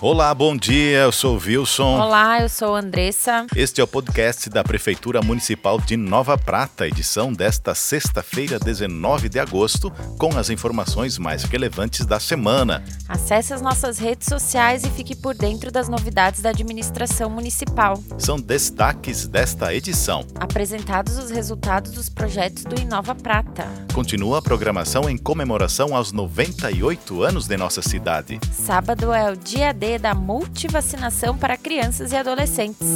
Olá, bom dia, eu sou o Wilson. Olá, eu sou a Andressa. Este é o podcast da Prefeitura Municipal de Nova Prata, edição desta sexta-feira, 19 de agosto, com as informações mais relevantes da semana. Acesse as nossas redes sociais e fique por dentro das novidades da administração municipal. São destaques desta edição. Apresentados os resultados dos projetos do Inova Prata. Continua a programação em comemoração aos 98 anos de nossa cidade. Sábado é o dia D da multivacinação para crianças e adolescentes.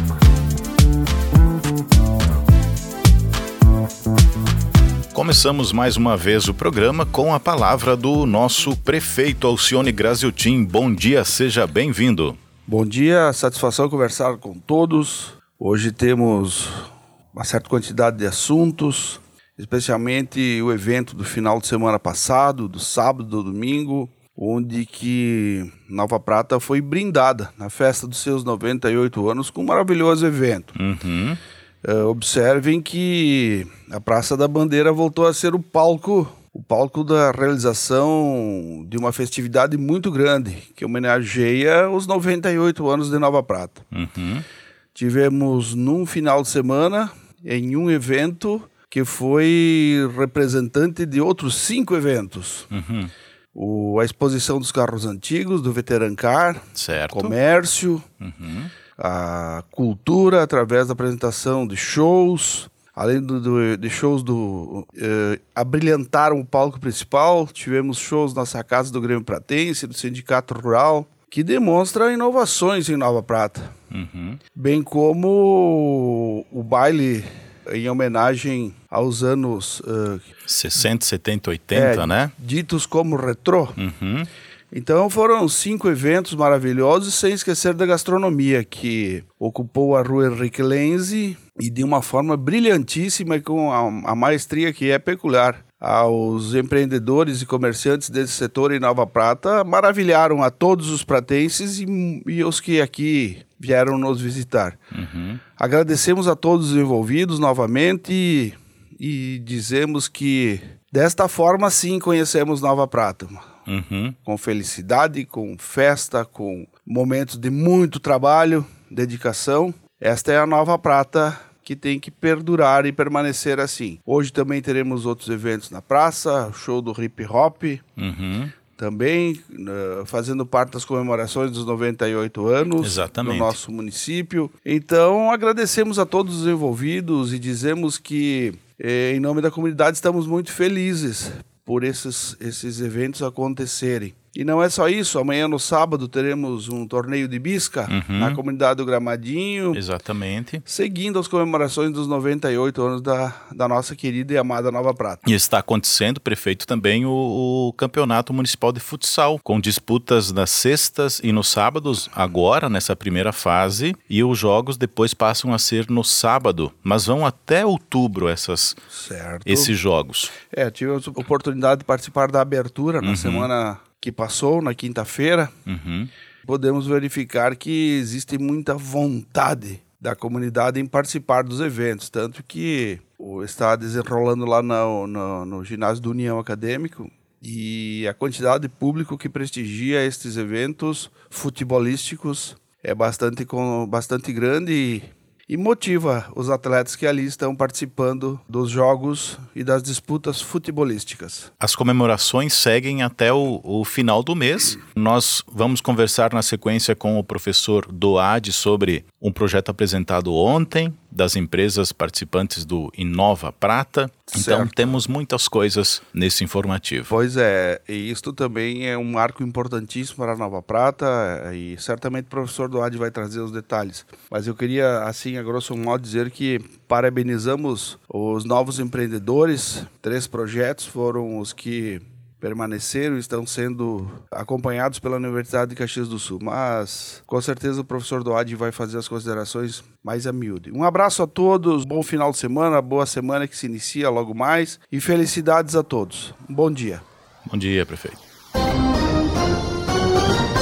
Começamos mais uma vez o programa com a palavra do nosso prefeito Alcione Graziotin. Bom dia, seja bem-vindo. Bom dia, satisfação conversar com todos. Hoje temos uma certa quantidade de assuntos, especialmente o evento do final de semana passado, do sábado, do domingo, onde que Nova Prata foi brindada na festa dos seus 98 anos com um maravilhoso evento. Observem que a Praça da Bandeira voltou a ser o palco da realização de uma festividade muito grande, que homenageia os 98 anos de Nova Prata. Tivemos num final de semana, em um evento, que foi representante de outros 5 eventos. A exposição dos carros antigos, do Veterancar, comércio, a cultura através da apresentação de shows, além de shows abrilhantaram o palco principal, tivemos shows nas sacadas do Grêmio Pratense, do Sindicato Rural, que demonstra inovações em Nova Prata, bem como o baile em homenagem aos anos 60, 70, 80, né? Ditos como retrô. Então foram 5 eventos maravilhosos, sem esquecer da gastronomia, que ocupou a rua Henrique Lenzi e de uma forma brilhantíssima e com a maestria que é peculiar. Aos empreendedores e comerciantes desse setor em Nova Prata, maravilharam a todos os pratenses e os que aqui vieram nos visitar. Agradecemos a todos os envolvidos novamente e dizemos que desta forma sim conhecemos Nova Prata. Com felicidade, com festa, com momentos de muito trabalho, dedicação. Esta é a Nova Prata que tem que perdurar e permanecer assim. Hoje também teremos outros eventos na praça, show do hip hop, também fazendo parte das comemorações dos 98 anos do nosso município. Então agradecemos a todos os envolvidos e dizemos que em nome da comunidade estamos muito felizes por esses eventos acontecerem. E não é só isso, amanhã no sábado teremos um torneio de bisca na comunidade do Gramadinho. Exatamente. Seguindo as comemorações dos 98 anos da nossa querida e amada Nova Prata. E está acontecendo, prefeito, também o Campeonato Municipal de Futsal, com disputas nas sextas e nos sábados, agora nessa primeira fase, e os jogos depois passam a ser no sábado, mas vão até outubro esses jogos. Tive a oportunidade de participar da abertura na semana que passou, na quinta-feira. Podemos verificar que existe muita vontade da comunidade em participar dos eventos, tanto que está desenrolando lá no ginásio do União Acadêmico, e a quantidade de público que prestigia estes eventos futebolísticos é bastante grande e motiva os atletas que ali estão participando dos jogos e das disputas futebolísticas. As comemorações seguem até o final do mês. Nós vamos conversar na sequência com o professor Doade sobre um projeto apresentado ontem das empresas participantes do Inova Prata. Então temos muitas coisas nesse informativo. Pois é, e isto também é um marco importantíssimo para a Nova Prata e certamente o professor Doade vai trazer os detalhes. Mas eu queria, assim, a grosso modo, dizer que parabenizamos os novos empreendedores. 3 projetos foram os que permaneceram e estão sendo acompanhados pela Universidade de Caxias do Sul. Mas, com certeza, o professor Doade vai fazer as considerações mais a miúde. Um abraço a todos, bom final de semana, boa semana que se inicia logo mais e felicidades a todos. Um bom dia. Bom dia, prefeito.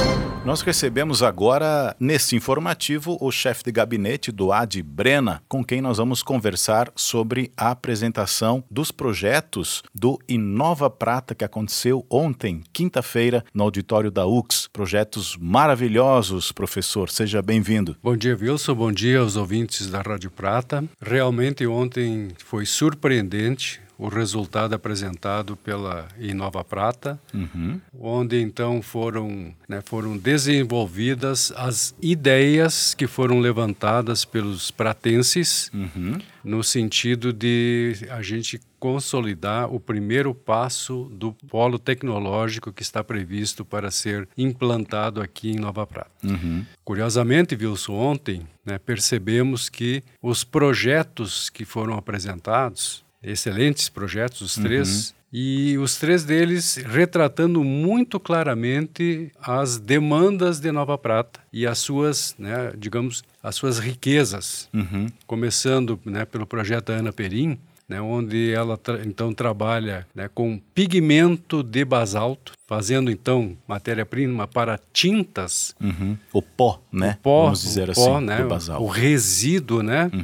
Nós recebemos agora, nesse informativo, o chefe de gabinete do AD Brena, com quem nós vamos conversar sobre a apresentação dos projetos do Inova Prata, que aconteceu ontem, quinta-feira, no auditório da UX. Projetos maravilhosos, professor. Seja bem-vindo. Bom dia, Wilson. Bom dia aos ouvintes da Rádio Prata. Realmente, ontem foi surpreendente o resultado apresentado pela Inova Prata, onde então foram desenvolvidas as ideias que foram levantadas pelos pratenses, no sentido de a gente consolidar o primeiro passo do polo tecnológico que está previsto para ser implantado aqui em Nova Prata. Curiosamente, Wilson, ontem percebemos que os projetos que foram apresentados, excelentes projetos, os três, e os três deles retratando muito claramente as demandas de Nova Prata e as suas, as suas riquezas. Começando pelo projeto da Ana Perim, onde ela então trabalha com pigmento de basalto, fazendo então matéria-prima para tintas. O pó, né? O pó, vamos dizer assim, do basalto. O resíduo,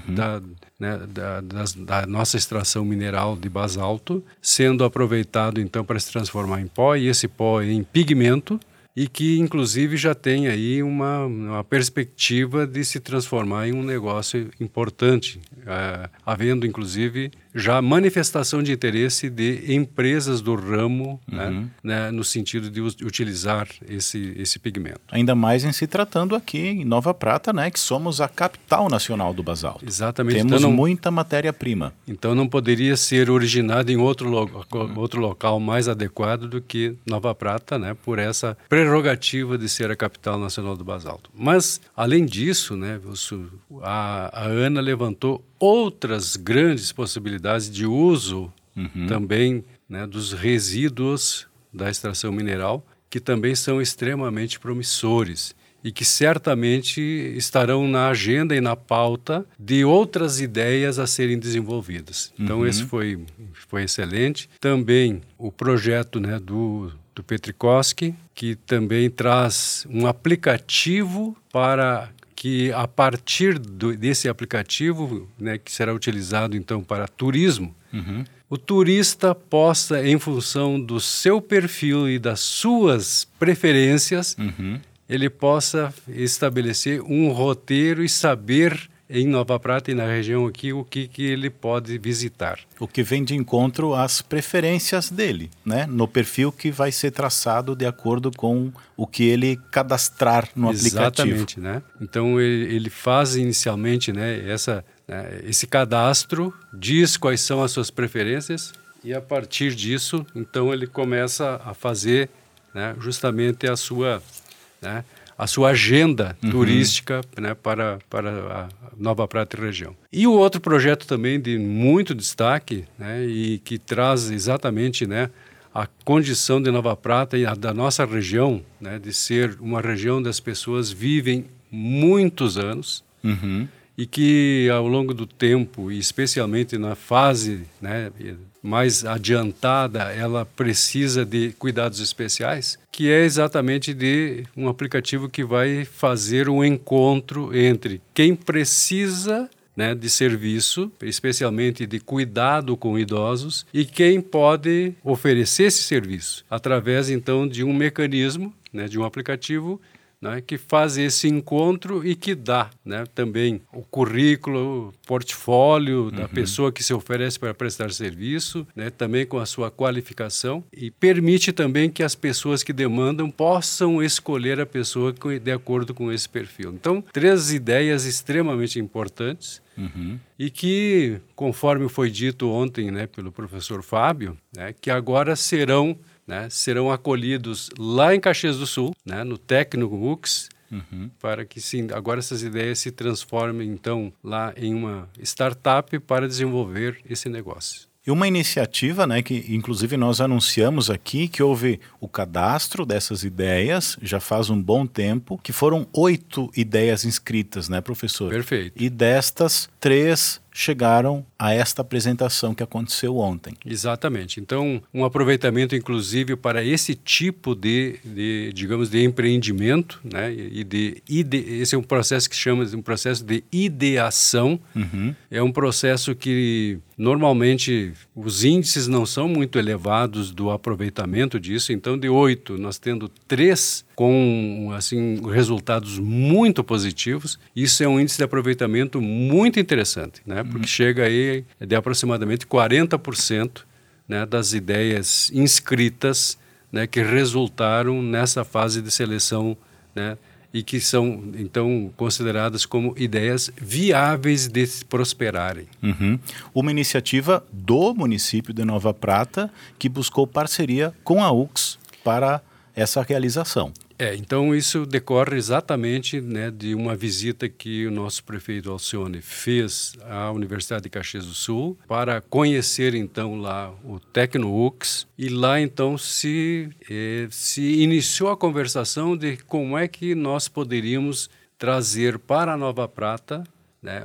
da nossa extração mineral de basalto, sendo aproveitado então para se transformar em pó, e esse pó em pigmento, e que inclusive já tem aí uma perspectiva de se transformar em um negócio importante, havendo inclusive já manifestação de interesse de empresas do ramo, no sentido de utilizar esse pigmento. Ainda mais em se tratando aqui em Nova Prata, que somos a capital nacional do basalto. Exatamente. Temos muita matéria-prima. Então não poderia ser originado em outro local mais adequado do que Nova Prata, por essa prerrogativa de ser a capital nacional do basalto. Mas, além disso, a Ana levantou outras grandes possibilidades de uso também dos resíduos da extração mineral, que também são extremamente promissores e que certamente estarão na agenda e na pauta de outras ideias a serem desenvolvidas. Então esse foi excelente. Também o projeto do Petrikowski, que também traz um aplicativo para que a partir desse aplicativo, que será utilizado então para turismo, o turista possa, em função do seu perfil e das suas preferências, ele possa estabelecer um roteiro e saber em Nova Prata e na região aqui o que ele pode visitar. O que vem de encontro às preferências dele, no perfil que vai ser traçado de acordo com o que ele cadastrar no aplicativo. Exatamente, Então ele faz inicialmente esse cadastro, diz quais são as suas preferências e a partir disso, então ele começa a fazer justamente a sua agenda turística para a Nova Prata e região. E o outro projeto também de muito destaque e que traz exatamente a condição de Nova Prata e da nossa região, de ser uma região onde as pessoas vivem muitos anos e que ao longo do tempo, e especialmente na fase mais adiantada, ela precisa de cuidados especiais, que é exatamente de um aplicativo que vai fazer um encontro entre quem precisa de serviço, especialmente de cuidado com idosos, e quem pode oferecer esse serviço, através então de um mecanismo, de um aplicativo que faz esse encontro e que dá também o currículo, o portfólio da pessoa que se oferece para prestar serviço, também com a sua qualificação, e permite também que as pessoas que demandam possam escolher a pessoa de acordo com esse perfil. Então, 3 ideias extremamente importantes e que, conforme foi dito ontem pelo professor Fábio, que agora serão acolhidos lá em Caxias do Sul, no técnico UX, para que agora essas ideias se transformem então lá em uma startup para desenvolver esse negócio. E uma iniciativa, que inclusive nós anunciamos aqui, que houve o cadastro dessas ideias, já faz um bom tempo, que foram 8 ideias inscritas, professor? Perfeito. E destas, 3 chegaram a esta apresentação que aconteceu ontem. Exatamente. Então, um aproveitamento, inclusive, para esse tipo digamos, de empreendimento, né? Esse é um processo que chama de um processo de ideação. É um processo que, normalmente, os índices não são muito elevados do aproveitamento disso. Então, de 8, nós tendo 3 com assim, resultados muito positivos. Isso é um índice de aproveitamento muito interessante, né? Porque chega aí de aproximadamente 40%, né, das ideias inscritas, né, que resultaram nessa fase de seleção, né, e que são, então, consideradas como ideias viáveis de prosperarem. Uma iniciativa do município de Nova Prata que buscou parceria com a UX para essa realização. Então isso decorre exatamente, né, de uma visita que o nosso prefeito Alcione fez à Universidade de Caxias do Sul para conhecer então lá o TecnoUX, e lá então se iniciou a conversação de como é que nós poderíamos trazer para a Nova Prata, né,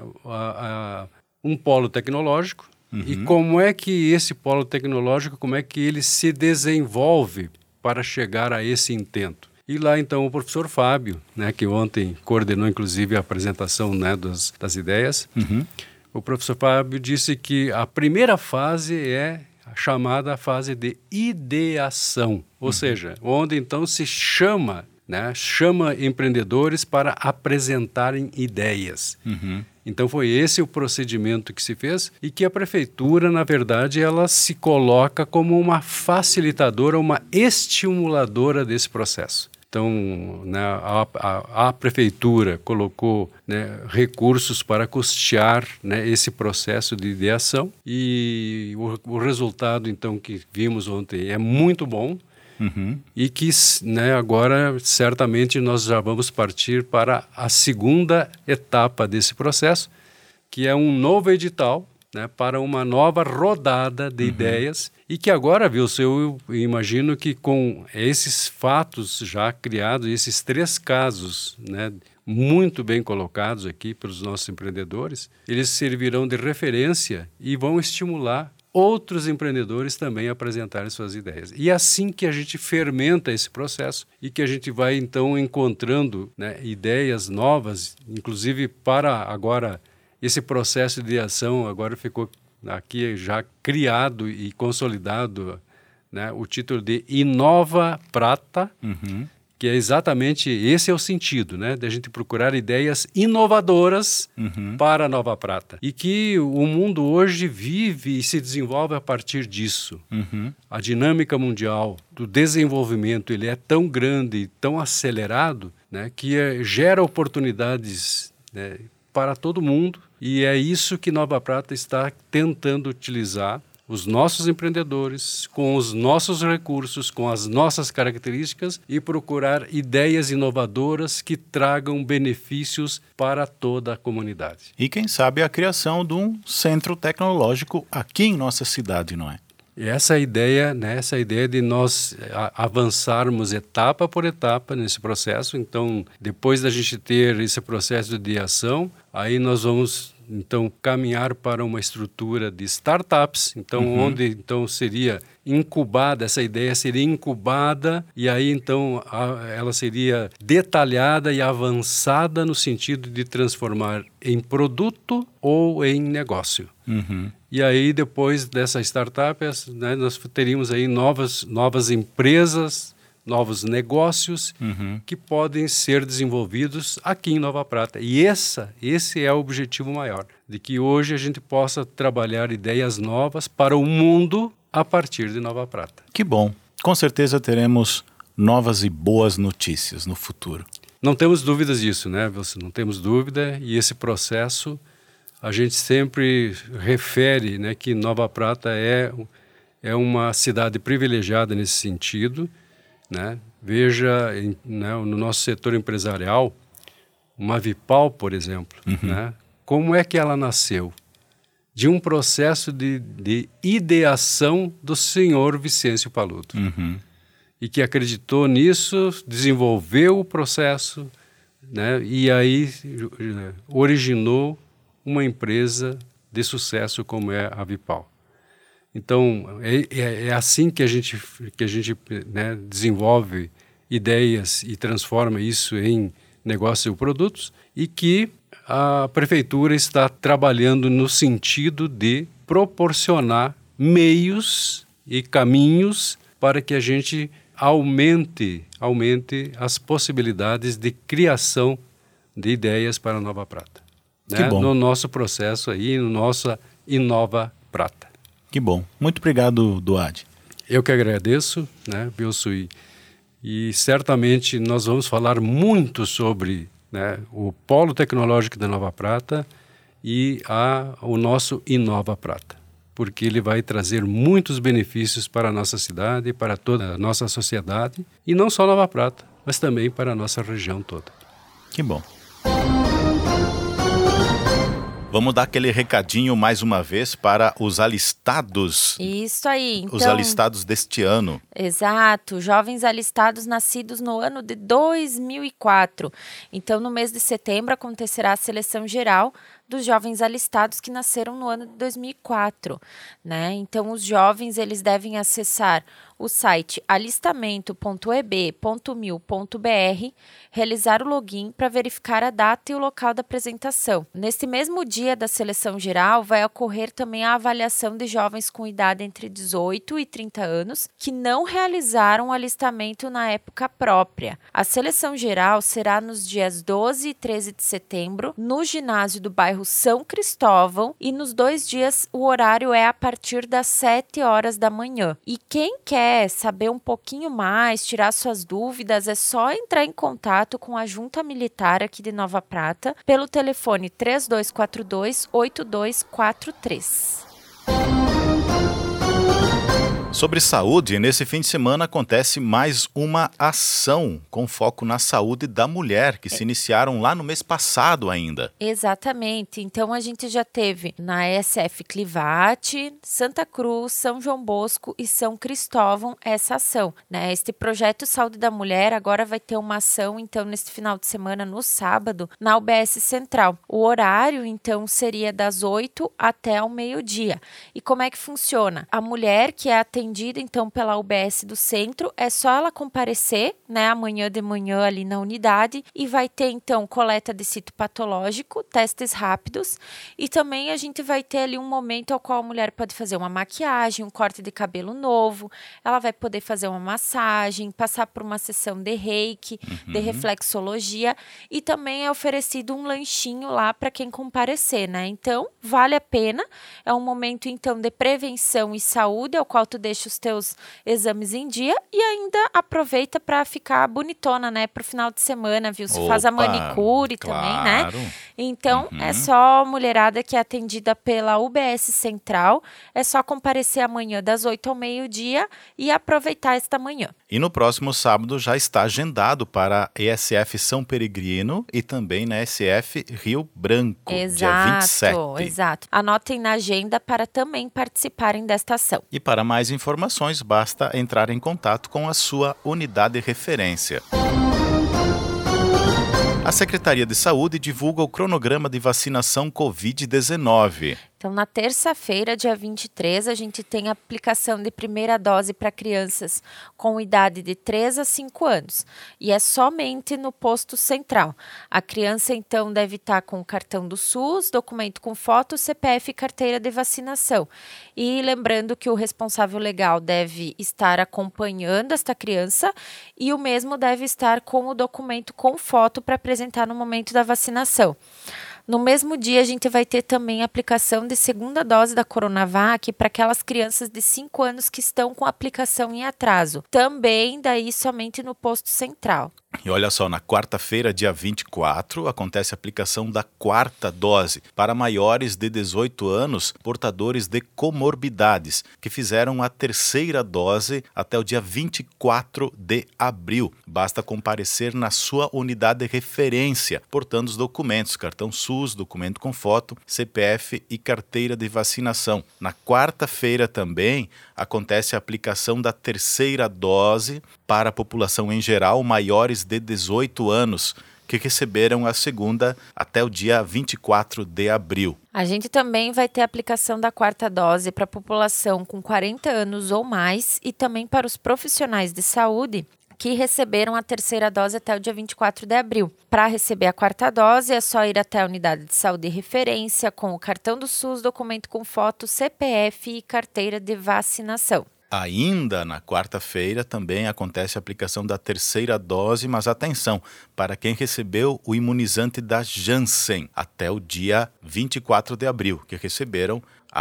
um polo tecnológico, e como é que esse polo tecnológico, como é que ele se desenvolve para chegar a esse intento. E lá, então, o professor Fábio, né, que ontem coordenou, inclusive, a apresentação, né, das ideias, o professor Fábio disse que a primeira fase é a chamada fase de ideação, ou seja, onde, então, se chama empreendedores para apresentarem ideias. Então foi esse o procedimento que se fez, e que a prefeitura, na verdade, ela se coloca como uma facilitadora, uma estimuladora desse processo. Então, né, a prefeitura colocou, né, recursos para custear, né, esse processo de ideação, e o resultado, então, que vimos ontem é muito bom. E que, né, agora certamente nós já vamos partir para a segunda etapa desse processo, que é um novo edital, né, para uma nova rodada de ideias, e que agora, eu imagino que com esses fatos já criados, esses 3 casos, né, muito bem colocados aqui pelos nossos empreendedores, eles servirão de referência e vão estimular outros empreendedores também apresentarem suas ideias. E é assim que a gente fermenta esse processo e que a gente vai, então, encontrando, né, ideias novas, inclusive para agora, esse processo de ideação agora ficou aqui já criado e consolidado, né, o título de Inova Prata, que é exatamente esse é o sentido, né, de a gente procurar ideias inovadoras para a Nova Prata. E que o mundo hoje vive e se desenvolve a partir disso. A dinâmica mundial do desenvolvimento, ele é tão grande e tão acelerado, né, que gera oportunidades, né, para todo mundo, e é isso que Nova Prata está tentando utilizar, os nossos empreendedores, com os nossos recursos, com as nossas características, e procurar ideias inovadoras que tragam benefícios para toda a comunidade. E quem sabe a criação de um centro tecnológico aqui em nossa cidade, não é? Essa ideia, né, essa ideia de nós avançarmos etapa por etapa nesse processo. Então, depois da gente ter esse processo de ação, aí nós vamos, então, caminhar para uma estrutura de startups, então, onde então seria incubada, essa ideia seria incubada, e aí então ela seria detalhada e avançada no sentido de transformar em produto ou em negócio. E aí, depois dessa startup, né, nós teríamos aí novas empresas, novos negócios que podem ser desenvolvidos aqui em Nova Prata. E esse é o objetivo maior, de que hoje a gente possa trabalhar ideias novas para o mundo a partir de Nova Prata. Que bom. Com certeza teremos novas e boas notícias no futuro. Não temos dúvidas disso, né? Não temos dúvida, e esse processo a gente sempre refere, né, que Nova Prata é uma cidade privilegiada nesse sentido, né? Veja, né, no nosso setor empresarial, uma Vipal, por exemplo, né? Como é que ela nasceu? De um processo de ideação do senhor Vicêncio Paludo. E que acreditou nisso, desenvolveu o processo, né? E aí originou uma empresa de sucesso como é a Vipal. Então, é assim que a gente né, desenvolve ideias e transforma isso em negócios e produtos, e que a prefeitura está trabalhando no sentido de proporcionar meios e caminhos para que a gente aumente as possibilidades de criação de ideias para a Nova Prata. Que bom. No nosso processo aí, no nosso Inova Prata. Que bom. Muito obrigado, Doad. Eu que agradeço, né, Wilson, e certamente nós vamos falar muito sobre, né, o Polo Tecnológico da Nova Prata e o nosso Inova Prata, porque ele vai trazer muitos benefícios para a nossa cidade, para toda a nossa sociedade, e não só Nova Prata, mas também para a nossa região toda. Que bom. Vamos dar aquele recadinho mais uma vez para os alistados. Isso aí. Então, os alistados deste ano. Exato. Jovens alistados nascidos no ano de 2004. Então, no mês de setembro, acontecerá a seleção geral dos jovens alistados que nasceram no ano de 2004, né? Então, os jovens, eles devem acessar o site alistamento.eb.mil.br, realizar o login para verificar a data e o local da apresentação. Neste mesmo dia da seleção geral, vai ocorrer também a avaliação de jovens com idade entre 18 e 30 anos que não realizaram o alistamento na época própria. A seleção geral será nos dias 12 e 13 de setembro, no ginásio do bairro São Cristóvão, e nos 2 dias o horário é a partir das 7 horas da manhã. E quem quer saber um pouquinho mais, tirar suas dúvidas, é só entrar em contato com a Junta Militar aqui de Nova Prata pelo telefone 3242-8243. Sobre saúde, nesse fim de semana acontece mais uma ação com foco na saúde da mulher, que se iniciaram lá no mês passado ainda. Exatamente. Então, a gente já teve na ESF Clivate, Santa Cruz, São João Bosco e São Cristóvão essa ação, né? Este projeto Saúde da Mulher agora vai ter uma ação, então, neste final de semana, no sábado, na UBS Central. O horário, então, seria das 8 até ao meio-dia. E como é que funciona? A mulher que é atendida então pela UBS do centro, é só ela comparecer, né, amanhã de manhã ali na unidade, e vai ter então coleta de citopatológico, testes rápidos, e também a gente vai ter ali um momento ao qual a mulher pode fazer uma maquiagem, um corte de cabelo novo, ela vai poder fazer uma massagem, passar por uma sessão de reiki, de reflexologia, e também é oferecido um lanchinho lá para quem comparecer, né? Então, vale a pena, é um momento então de prevenção e saúde, ao qual tu deixa os teus exames em dia e ainda aproveita para ficar bonitona, né, pro final de semana, viu? Você faz a manicure também, né? Então, é só mulherada que é atendida pela UBS Central, é só comparecer amanhã das 8 ao meio-dia e aproveitar esta manhã. E no próximo sábado já está agendado para a ESF São Peregrino e também na ESF Rio Branco, dia 27. Exato. Anotem na agenda para também participarem desta ação. E para mais informações, basta entrar em contato com a sua unidade de referência. A Secretaria de Saúde divulga o cronograma de vacinação Covid-19. Então, na terça-feira, dia 23, a gente tem a aplicação de primeira dose para crianças com idade de 3 a 5 anos. E é somente no posto central. A criança, então, deve estar com o cartão do SUS, documento com foto, CPF e carteira de vacinação. E lembrando que o responsável legal deve estar acompanhando esta criança e o mesmo deve estar com o documento com foto para apresentar no momento da vacinação. No mesmo dia, a gente vai ter também a aplicação de segunda dose da Coronavac para aquelas crianças de 5 anos que estão com aplicação em atraso. Também, daí, somente no posto central. E olha só, na quarta-feira, dia 24, acontece a aplicação da 4ª dose para maiores de 18 anos, portadores de comorbidades, que fizeram a 3ª dose até o dia 24 de abril. Basta comparecer na sua unidade de referência, portando os documentos, cartão SUS, documento com foto, CPF e carteira de vacinação. Na quarta-feira também acontece a aplicação da 3ª dose para a população em geral, maiores de 18 anos, que receberam a segunda até o dia 24 de abril. A gente também vai ter a aplicação da 4ª dose para a população com 40 anos ou mais e também para os profissionais de saúde que receberam a 3ª dose até o dia 24 de abril. Para receber a 4ª dose, é só ir até a unidade de saúde de referência com o cartão do SUS, documento com foto, CPF e carteira de vacinação. Ainda na quarta-feira também acontece a aplicação da 3ª dose, mas atenção, para quem recebeu o imunizante da Janssen até o dia 24 de abril, que receberam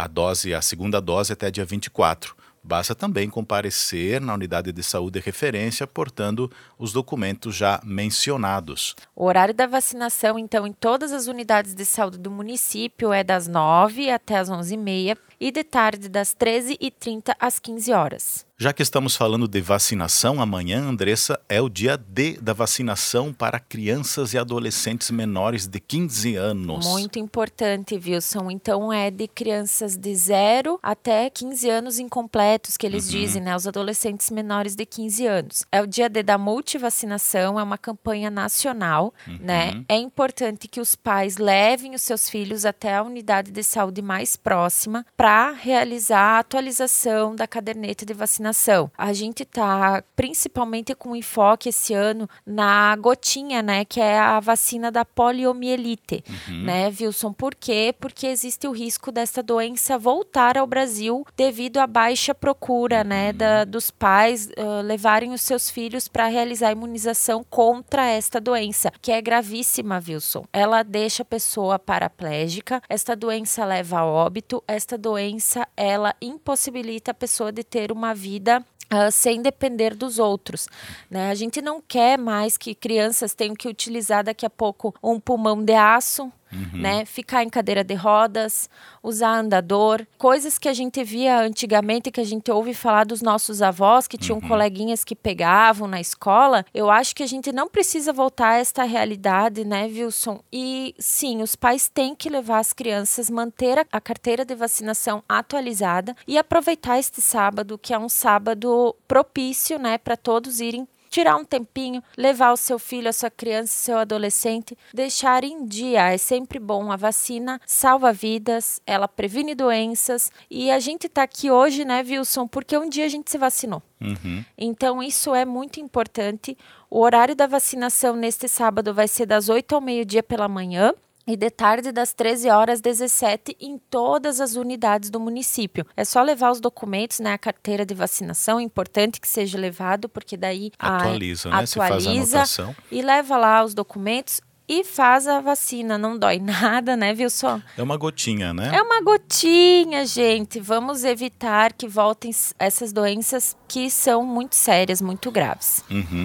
a segunda dose até dia 24. Basta também comparecer na unidade de saúde de referência, portando os documentos já mencionados. O horário da vacinação, então, em todas as unidades de saúde do município é das 9 até as 11h30 e de tarde das 13h30 às 15 horas. Já que estamos falando de vacinação, amanhã, Andressa, é o dia D da vacinação para crianças e adolescentes menores de 15 anos. Muito importante, Wilson. Então, é de crianças de 0 até 15 anos incompletos, que eles dizem, né? Os adolescentes menores de 15 anos. É o dia D da multivacinação, é uma campanha nacional, né? É importante que os pais levem os seus filhos até a unidade de saúde mais próxima para realizar a atualização da caderneta de vacinação. A gente está principalmente com enfoque esse ano na gotinha, né, que é a vacina da poliomielite, né, Wilson? Por quê? Porque existe o risco dessa doença voltar ao Brasil devido à baixa procura, né, dos pais levarem os seus filhos para realizar a imunização contra esta doença, que é gravíssima, Wilson. Ela deixa a pessoa paraplégica, esta doença leva a óbito, esta doença, ela impossibilita a pessoa de ter uma vida sem depender dos outros, né? A gente não quer mais que crianças tenham que utilizar daqui a pouco um pulmão de aço, né? Ficar em cadeira de rodas, usar andador, coisas que a gente via antigamente, que a gente ouve falar dos nossos avós, que tinham coleguinhas que pegavam na escola. Eu acho que a gente não precisa voltar a esta realidade, né, Wilson? E sim, os pais têm que levar as crianças, manter a carteira de vacinação atualizada e aproveitar este sábado, que é um sábado propício, né, para todos irem tirar um tempinho, levar o seu filho, a sua criança, seu adolescente, deixar em dia. É sempre bom. A vacina salva vidas, ela previne doenças. E a gente está aqui hoje, né, Wilson, porque um dia a gente se vacinou. Então, isso é muito importante. O horário da vacinação neste sábado vai ser das 8 ao meio-dia pela manhã. E de tarde das 13 horas às 17 em todas as unidades do município. É só levar os documentos, né? A carteira de vacinação, é importante que seja levado, porque daí atualiza, né? Você faz a anotação. E leva lá os documentos e faz a vacina. Não dói nada, né, Wilson? É uma gotinha, né? É uma gotinha, gente. Vamos evitar que voltem essas doenças que são muito sérias, muito graves.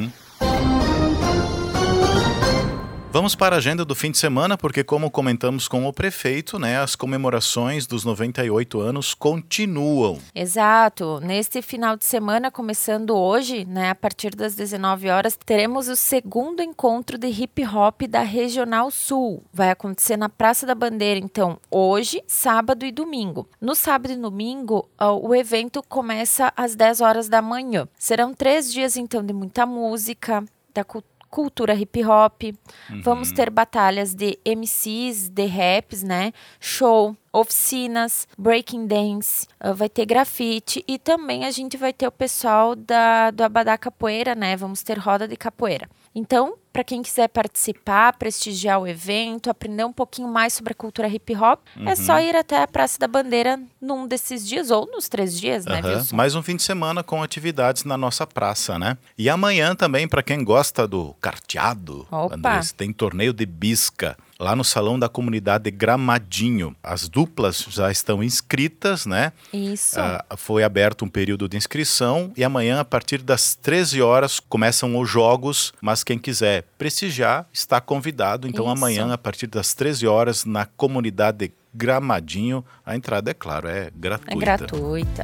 Vamos para a agenda do fim de semana, porque como comentamos com o prefeito, né, as comemorações dos 98 anos continuam. Exato. Neste final de semana, começando hoje, né, a partir das 19 horas, teremos o segundo encontro de hip hop da Regional Sul. Vai acontecer na Praça da Bandeira, então, hoje, sábado e domingo. No sábado e domingo, o evento começa às 10 horas da manhã. Serão 3 dias, então, de muita música, da cultura hip hop, vamos ter batalhas de MCs, de raps, né? Show, oficinas, breaking dance, vai ter grafite e também a gente vai ter o pessoal do Abadá Capoeira, né? Vamos ter roda de capoeira. Então, para quem quiser participar, prestigiar o evento, aprender um pouquinho mais sobre a cultura hip hop, é só ir até a Praça da Bandeira num desses dias ou nos 3 dias, né, Wilson? Mais um fim de semana com atividades na nossa praça, né? E amanhã também, para quem gosta do carteado, Andrés, tem torneio de bisca lá no Salão da Comunidade Gramadinho. As duplas já estão inscritas, né? Isso. Foi aberto um período de inscrição e amanhã, a partir das 13 horas, começam os jogos, mas quem quiser prestigiar está convidado. Então, amanhã, a partir das 13 horas, na Comunidade Gramadinho, a entrada, é claro, é gratuita. É gratuita.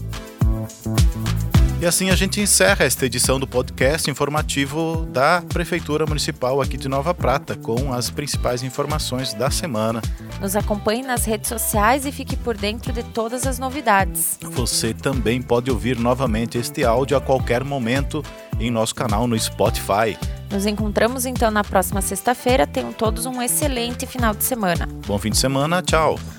E assim a gente encerra esta edição do podcast informativo da Prefeitura Municipal aqui de Nova Prata, com as principais informações da semana. Nos acompanhe nas redes sociais e fique por dentro de todas as novidades. Você também pode ouvir novamente este áudio a qualquer momento em nosso canal no Spotify. Nos encontramos então na próxima sexta-feira. Tenham todos um excelente final de semana. Bom fim de semana, tchau!